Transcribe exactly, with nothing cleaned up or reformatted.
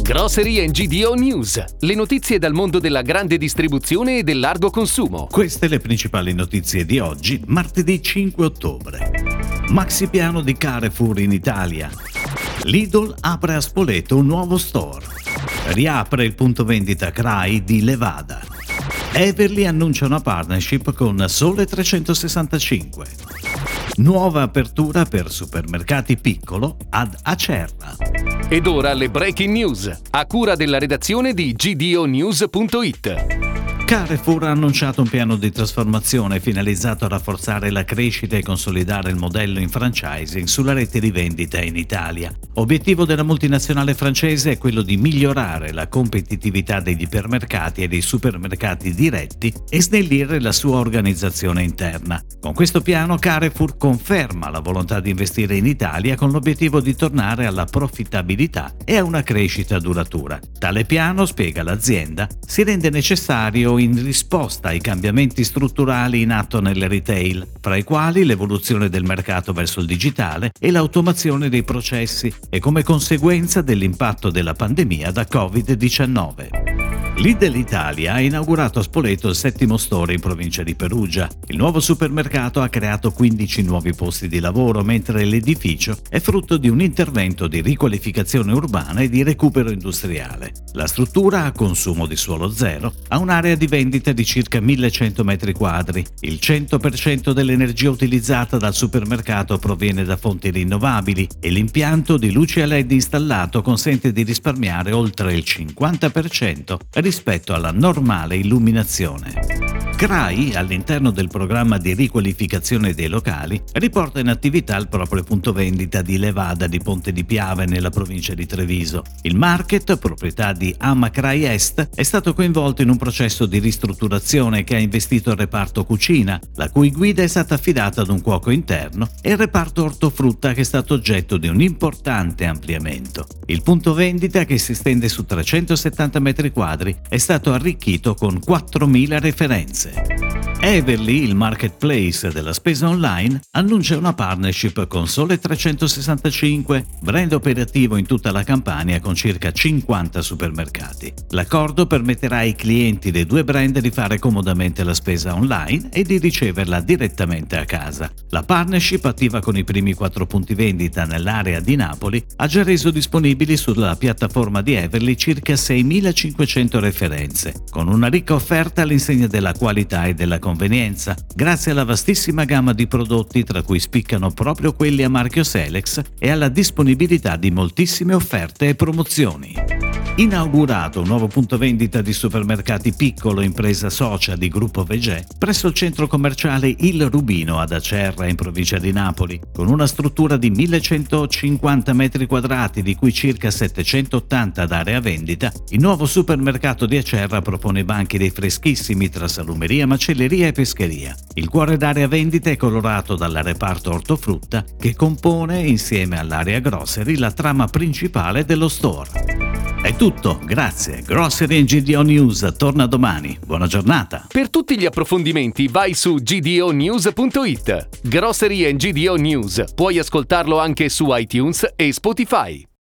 Grocery and G D O News, le notizie dal mondo della grande distribuzione e del largo consumo. Queste le principali notizie di oggi, martedì cinque ottobre. Maxi piano di Carrefour in Italia. Lidl apre a Spoleto un nuovo store. Riapre il punto vendita C R A I di Levada. Everly annuncia una partnership con Sole trecentosessantacinque. Nuova apertura per supermercati piccolo ad Acerra. Ed ora le breaking news, a cura della redazione di G D O News punto it. Carrefour ha annunciato un piano di trasformazione finalizzato a rafforzare la crescita e consolidare il modello in franchising sulla rete di vendita in Italia. Obiettivo della multinazionale francese è quello di migliorare la competitività degli ipermercati e dei supermercati diretti e snellire la sua organizzazione interna. Con questo piano Carrefour conferma la volontà di investire in Italia con l'obiettivo di tornare alla profittabilità e a una crescita duratura. Tale piano, spiega l'azienda, si rende necessario in risposta ai cambiamenti strutturali in atto nel retail, fra i quali l'evoluzione del mercato verso il digitale e l'automazione dei processi e come conseguenza dell'impatto della pandemia da covid diciannove. Lidl Italia ha inaugurato a Spoleto il settimo store in provincia di Perugia. Il nuovo supermercato ha creato quindici nuovi posti di lavoro, mentre l'edificio è frutto di un intervento di riqualificazione urbana e di recupero industriale. La struttura, a consumo di suolo zero, ha un'area di vendita di circa millecento metri quadri. Il cento per cento dell'energia utilizzata dal supermercato proviene da fonti rinnovabili e l'impianto di luci a L E D installato consente di risparmiare oltre il cinquanta per cento rispetto alla normale illuminazione. C R A I, all'interno del programma di riqualificazione dei locali, riporta in attività il proprio punto vendita di Levada di Ponte di Piave nella provincia di Treviso. Il market, proprietà di Ama C R A I Est, è stato coinvolto in un processo di ristrutturazione che ha investito il reparto cucina, la cui guida è stata affidata ad un cuoco interno, e il reparto ortofrutta, che è stato oggetto di un importante ampliamento. Il punto vendita, che si stende su trecentosettanta metri quadri, è stato arricchito con quattromila referenze. Everly, il marketplace della spesa online, annuncia una partnership con Sole trecentosessantacinque, brand operativo in tutta la Campania con circa cinquanta supermercati. L'accordo permetterà ai clienti dei due brand di fare comodamente la spesa online e di riceverla direttamente a casa. La partnership, attiva con i primi quattro punti vendita nell'area di Napoli, ha già reso disponibili sulla piattaforma di Everly circa seimilacinquecento referenze, con una ricca offerta all'insegna della qualità e della convenienza, grazie alla vastissima gamma di prodotti, tra cui spiccano proprio quelli a marchio Selex, e alla disponibilità di moltissime offerte e promozioni. Inaugurato un nuovo punto vendita di supermercati piccolo, impresa socia di Gruppo Vegè, presso il centro commerciale Il Rubino ad Acerra, in provincia di Napoli, con una struttura di millecentocinquanta metri quadrati, di cui circa settecentottanta ad area vendita. Il nuovo supermercato di Acerra propone banchi dei freschissimi tra salumeria, macelleria e pescheria. Il cuore d'area vendita è colorato dal reparto ortofrutta, che compone, insieme all'area grocery, la trama principale dello store. È tutto, grazie. Grocery and G D O News torna domani. Buona giornata. Per tutti gli approfondimenti vai su G D O News punto it. Grocery and G D O News, puoi ascoltarlo anche su iTunes e Spotify.